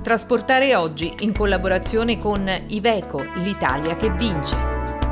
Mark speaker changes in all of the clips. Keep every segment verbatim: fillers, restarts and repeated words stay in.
Speaker 1: Trasportare oggi in collaborazione con Iveco, l'Italia che vince.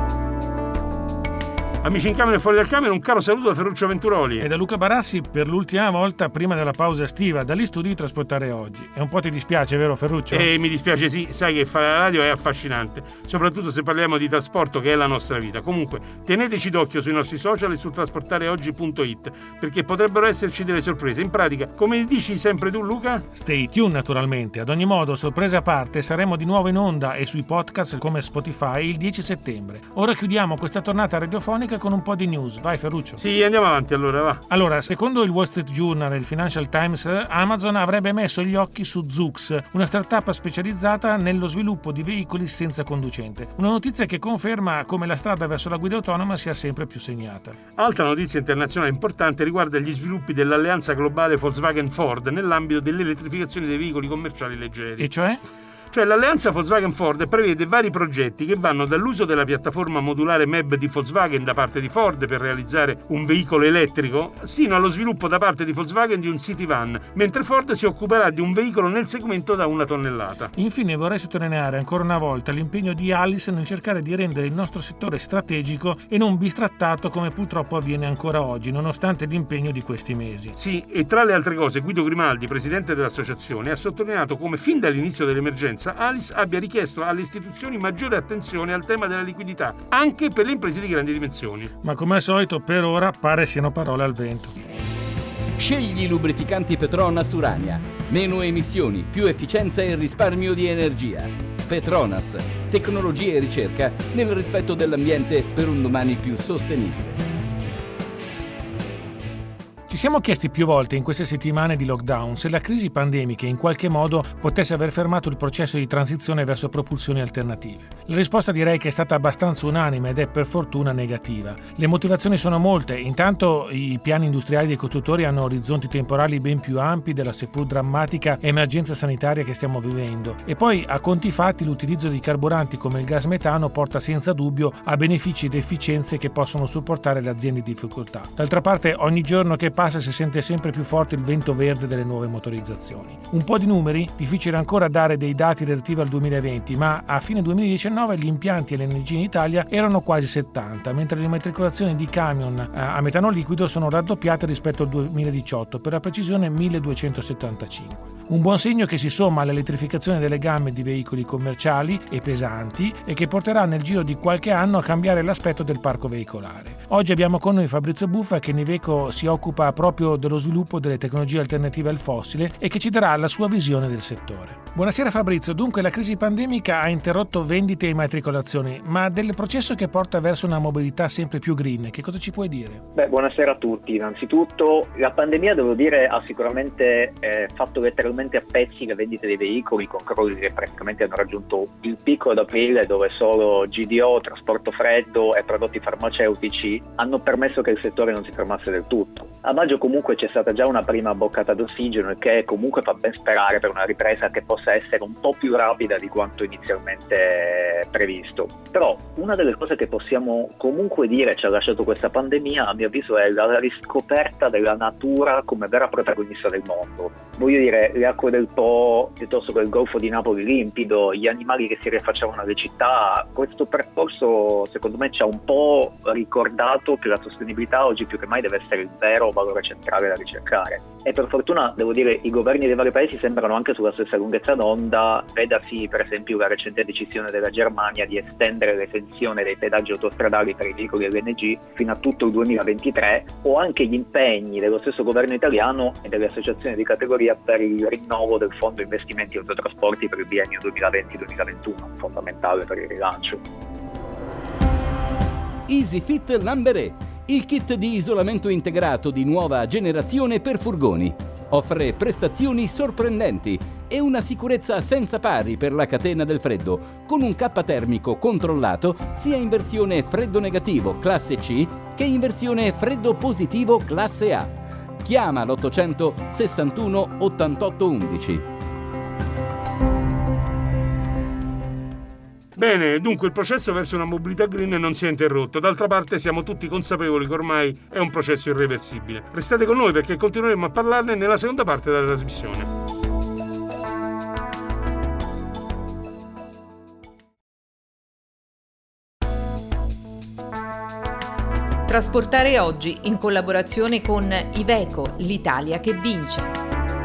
Speaker 2: Amici in camera e fuori dal camera, un caro saluto da Ferruccio Venturoli
Speaker 3: e da Luca Barassi per l'ultima volta prima della pausa estiva dagli studi di Trasportare Oggi. E un po' ti dispiace, vero Ferruccio?
Speaker 2: Eh, mi dispiace, sì, sai che fare la radio è affascinante, soprattutto se parliamo di trasporto, che è la nostra vita. Comunque, teneteci d'occhio sui nostri social e su trasportare oggi punto it, perché potrebbero esserci delle sorprese. In pratica, come dici sempre tu, Luca?
Speaker 3: Stay tuned, naturalmente. Ad ogni modo, sorprese a parte, saremo di nuovo in onda e sui podcast come Spotify il dieci settembre. Ora chiudiamo questa tornata radiofonica con un po' di news. Vai Ferruccio.
Speaker 2: Sì, andiamo avanti allora, va.
Speaker 3: Allora, secondo il Wall Street Journal e il Financial Times, Amazon avrebbe messo gli occhi su Zoox, una startup specializzata nello sviluppo di veicoli senza conducente. Una notizia che conferma come la strada verso la guida autonoma sia sempre più segnata.
Speaker 2: Altra notizia internazionale importante riguarda gli sviluppi dell'alleanza globale Volkswagen-Ford nell'ambito dell'elettrificazione dei veicoli commerciali leggeri.
Speaker 3: E cioè?
Speaker 2: Cioè l'alleanza Volkswagen-Ford prevede vari progetti che vanno dall'uso della piattaforma modulare M E B di Volkswagen da parte di Ford per realizzare un veicolo elettrico, sino allo sviluppo da parte di Volkswagen di un City Van, mentre Ford si occuperà di un veicolo nel segmento da una tonnellata.
Speaker 3: Infine vorrei sottolineare ancora una volta l'impegno di Alice nel cercare di rendere il nostro settore strategico e non bistrattato come purtroppo avviene ancora oggi, nonostante l'impegno di questi mesi.
Speaker 2: Sì, e tra le altre cose Guido Grimaldi, presidente dell'associazione, ha sottolineato come fin dall'inizio dell'emergenza Alice abbia richiesto alle istituzioni maggiore attenzione al tema della liquidità, anche per le imprese di grandi dimensioni.
Speaker 3: Ma come al solito per ora pare siano parole al vento.
Speaker 4: Scegli i lubrificanti Petronas Urania. Meno emissioni, più efficienza e risparmio di energia. Petronas, tecnologia e ricerca nel rispetto dell'ambiente per un domani più sostenibile.
Speaker 3: Ci siamo chiesti più volte in queste settimane di lockdown se la crisi pandemica in qualche modo potesse aver fermato il processo di transizione verso propulsioni alternative. La risposta direi che è stata abbastanza unanime ed è per fortuna negativa. Le motivazioni sono molte. Intanto i piani industriali dei costruttori hanno orizzonti temporali ben più ampi della seppur drammatica emergenza sanitaria che stiamo vivendo. E poi, a conti fatti, l'utilizzo di carburanti come il gas metano porta senza dubbio a benefici ed efficienze che possono supportare le aziende in difficoltà. D'altra parte, ogni giorno che passa si sente sempre più forte il vento verde delle nuove motorizzazioni. Un po' di numeri, difficile ancora dare dei dati relativi al duemilaventi, ma a fine duemiladiciannove gli impianti L N G in Italia erano quasi settanta, mentre le immatricolazioni di camion a metano liquido sono raddoppiate rispetto al duemiladiciotto, per la precisione milleduecentosettantacinque. Un buon segno che si somma all'elettrificazione delle gamme di veicoli commerciali e pesanti e che porterà nel giro di qualche anno a cambiare l'aspetto del parco veicolare. Oggi abbiamo con noi Fabrizio Buffa, che in Iveco si occupa proprio dello sviluppo delle tecnologie alternative al fossile e che ci darà la sua visione del settore. Buonasera Fabrizio, dunque la crisi pandemica ha interrotto vendite e immatricolazioni, ma del processo che porta verso una mobilità sempre più green, che cosa ci puoi dire?
Speaker 5: Beh, buonasera a tutti. Innanzitutto la pandemia, devo dire, ha sicuramente eh, fatto letteralmente a pezzi le vendite dei veicoli, con crolli che praticamente hanno raggiunto il picco ad aprile, dove solo G D O, trasporto freddo e prodotti farmaceutici hanno permesso che il settore non si fermasse del tutto. A maggio comunque c'è stata già una prima boccata d'ossigeno, il che comunque fa ben sperare per una ripresa che possa essere un po' più rapida di quanto inizialmente previsto. Però una delle cose che possiamo comunque dire ci ha lasciato questa pandemia, a mio avviso, è la riscoperta della natura come vera protagonista del mondo. Voglio dire, le acque del Po, piuttosto che il Golfo di Napoli limpido, gli animali che si riaffacciavano alle città. Questo percorso secondo me ci ha un po' ricordato che la sostenibilità oggi più che mai deve essere il vero valore centrale da ricercare. E per fortuna, devo dire, i governi dei vari paesi sembrano anche sulla stessa lunghezza d'onda. Vedasi per esempio la recente decisione della Germania di estendere l'esenzione dei pedaggi autostradali per i veicoli L N G fino a tutto il duemilaventitré, o anche gli impegni dello stesso governo italiano e delle associazioni di categoria per il rinnovo del fondo investimenti autotrasporti per il biennio duemilaventi duemilaventuno, fondamentale per il rilancio.
Speaker 4: EasyFit Lamberé, il kit di isolamento integrato di nuova generazione per furgoni. Offre prestazioni sorprendenti e una sicurezza senza pari per la catena del freddo, con un K termico controllato sia in versione freddo negativo classe C che in versione freddo positivo classe A. Chiama l'ottocento sessantuno ottantotto undici.
Speaker 2: Bene, dunque il processo verso una mobilità green non si è interrotto. D'altra parte siamo tutti consapevoli che ormai è un processo irreversibile. Restate con noi perché continueremo a parlarne nella seconda parte della trasmissione.
Speaker 1: Trasportare oggi in collaborazione con Iveco, l'Italia che vince.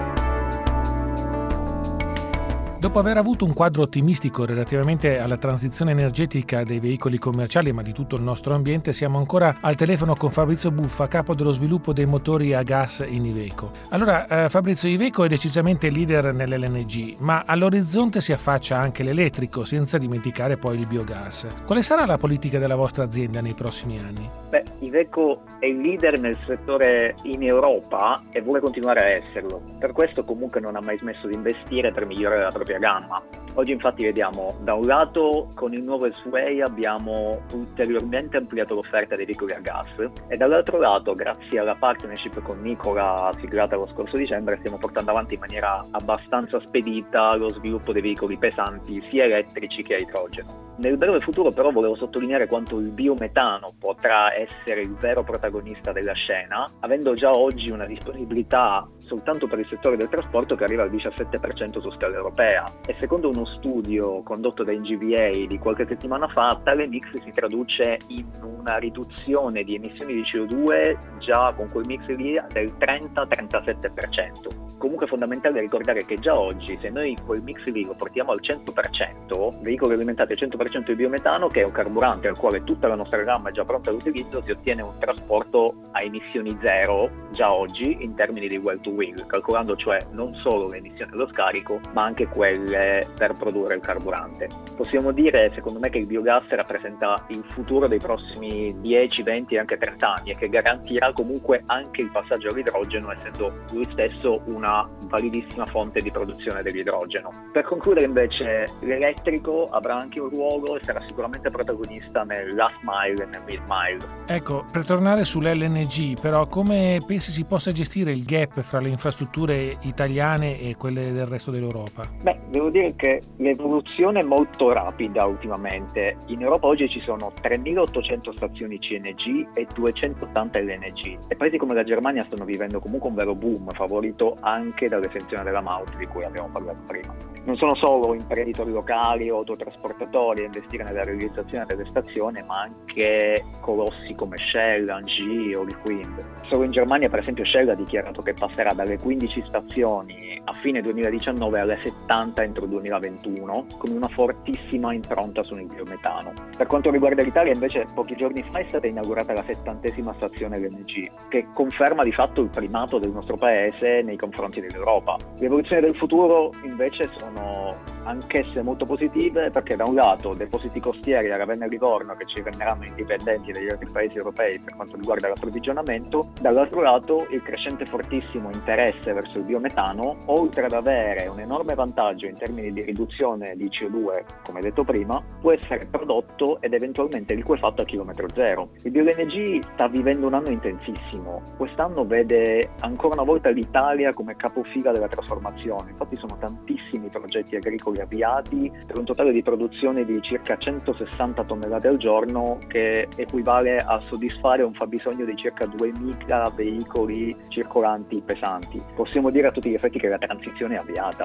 Speaker 3: Dopo aver avuto un quadro ottimistico relativamente alla transizione energetica dei veicoli commerciali, ma di tutto il nostro ambiente, siamo ancora al telefono con Fabrizio Buffa, capo dello sviluppo dei motori a gas in Iveco. Allora, eh, Fabrizio, Iveco è decisamente leader nell'L N G, ma all'orizzonte si affaccia anche l'elettrico, senza dimenticare poi il biogas. Quale sarà la politica della vostra azienda nei prossimi anni?
Speaker 5: Beh, Iveco è il leader nel settore in Europa e vuole continuare a esserlo. Per questo comunque non ha mai smesso di investire per migliorare la propria gamma. Oggi infatti vediamo, da un lato con il nuovo S-Way abbiamo ulteriormente ampliato l'offerta dei veicoli a gas e dall'altro lato, grazie alla partnership con Nikola siglata lo scorso dicembre, stiamo portando avanti in maniera abbastanza spedita lo sviluppo dei veicoli pesanti sia elettrici che a idrogeno. Nel breve futuro però volevo sottolineare quanto il biometano potrà essere il vero protagonista della scena, avendo già oggi una disponibilità soltanto per il settore del trasporto che arriva al diciassette per cento su scala europea e secondo uno studio condotto da N G V A di qualche settimana fa, tale mix si traduce in una riduzione di emissioni di C O due già con quel mix lì del trenta trentasette per cento. Comunque è fondamentale ricordare che già oggi se noi quel mix lì lo portiamo al cento per cento, veicoli alimentati al cento per cento di biometano, che è un carburante al quale tutta la nostra gamma è già pronta all'utilizzo, si ottiene un trasporto a emissioni zero già oggi in termini di well to wheel, calcolando cioè non solo le emissioni dello scarico ma anche quelle per produrre il carburante. Possiamo dire secondo me che il biogas rappresenta il futuro dei prossimi dieci, venti e anche trenta anni e che garantirà comunque anche il passaggio all'idrogeno, essendo lui stesso una validissima fonte di produzione dell'idrogeno. Per concludere invece, l'elettrico avrà anche un ruolo e sarà sicuramente protagonista nel last mile e nel mid mile.
Speaker 3: Ecco, per tornare sull'L N G, però come pensi si possa gestire il gap fra le infrastrutture italiane e quelle del resto dell'Europa?
Speaker 5: Beh, devo dire che l'evoluzione è molto rapida ultimamente. In Europa oggi ci sono tremilaottocento stazioni C N G e duecentottanta L N G e paesi come la Germania stanno vivendo comunque un vero boom, favorito anche dall'esenzione della M A U T di cui abbiamo parlato prima. Non sono solo imprenditori locali o autotrasportatori a investire nella realizzazione delle stazioni, ma anche colossi come Shell, Engie o Liquind. Solo in Germania, per esempio, Shell ha dichiarato che passerà dalle quindici stazioni a fine duemiladiciannove alle settanta entro il duemilaventuno, con una fortissima impronta sul biometano. Per quanto riguarda l'Italia, invece, pochi giorni fa è stata inaugurata la settantesima stazione L N G, che conferma di fatto il primato del nostro paese nei confronti dell'Europa. Le evoluzioni del futuro, invece, sono anch'esse molto positive, perché da un lato depositi costieri a Ravenna e Livorno che ci renderanno indipendenti dagli altri paesi europei per quanto riguarda l'approvvigionamento, dall'altro lato il crescente fortissimo interesse verso il biometano, oltre ad avere un enorme vantaggio in termini di riduzione di C O due, come detto prima, può essere prodotto ed eventualmente liquefatto a chilometro zero. Il bio-L N G sta vivendo un anno intensissimo. Quest'anno vede ancora una volta l'Italia come capofila della trasformazione. Infatti sono tantissimi progetti agricoli avviati per un totale di produzione di circa centosessanta tonnellate al giorno, che equivale a soddisfare un fabbisogno di circa duemila veicoli circolanti pesanti. Possiamo dire a tutti gli effetti che la transizione è avviata.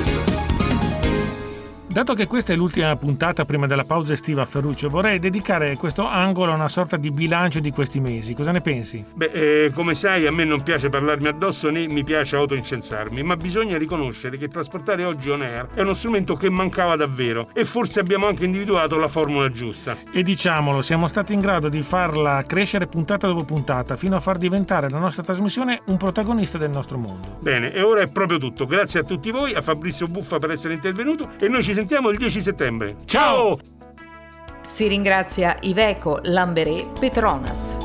Speaker 3: Dato che questa è l'ultima puntata prima della pausa estiva, Ferruccio, vorrei dedicare questo angolo a una sorta di bilancio di questi mesi. Cosa ne pensi?
Speaker 2: Beh, eh, come sai, a me non piace parlarmi addosso né mi piace autoincensarmi, ma bisogna riconoscere che trasportare oggi on air è uno strumento che mancava davvero e forse abbiamo anche individuato la formula giusta.
Speaker 3: E diciamolo, siamo stati in grado di farla crescere puntata dopo puntata fino a far diventare la nostra trasmissione un protagonista del nostro mondo.
Speaker 2: Bene, e ora è proprio tutto. Grazie a tutti voi, a Fabrizio Buffa per essere intervenuto e noi ci sentiamo il dieci settembre. Ciao!
Speaker 1: Si ringrazia Iveco, Lamberé, Petronas.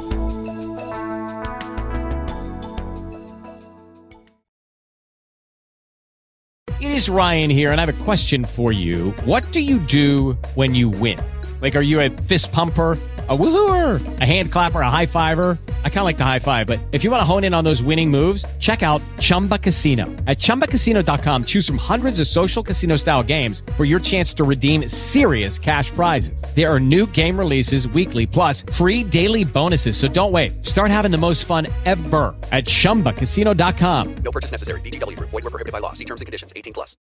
Speaker 6: It is Ryan here, and I have a question for you. What do you do when you win? Like, are you a fist pumper, a woohooer, a hand clapper, a high fiver? I kind of like the high five, but if you want to hone in on those winning moves, check out Chumba Casino. At chumba casino dot com, choose from hundreds of social casino style games for your chance to redeem serious cash prizes. There are new game releases weekly, plus free daily bonuses. So don't wait. Start having the most fun ever at chumba casino dot com.
Speaker 7: No purchase necessary. V G W Group. Void where prohibited by law. See terms and conditions. eighteen plus.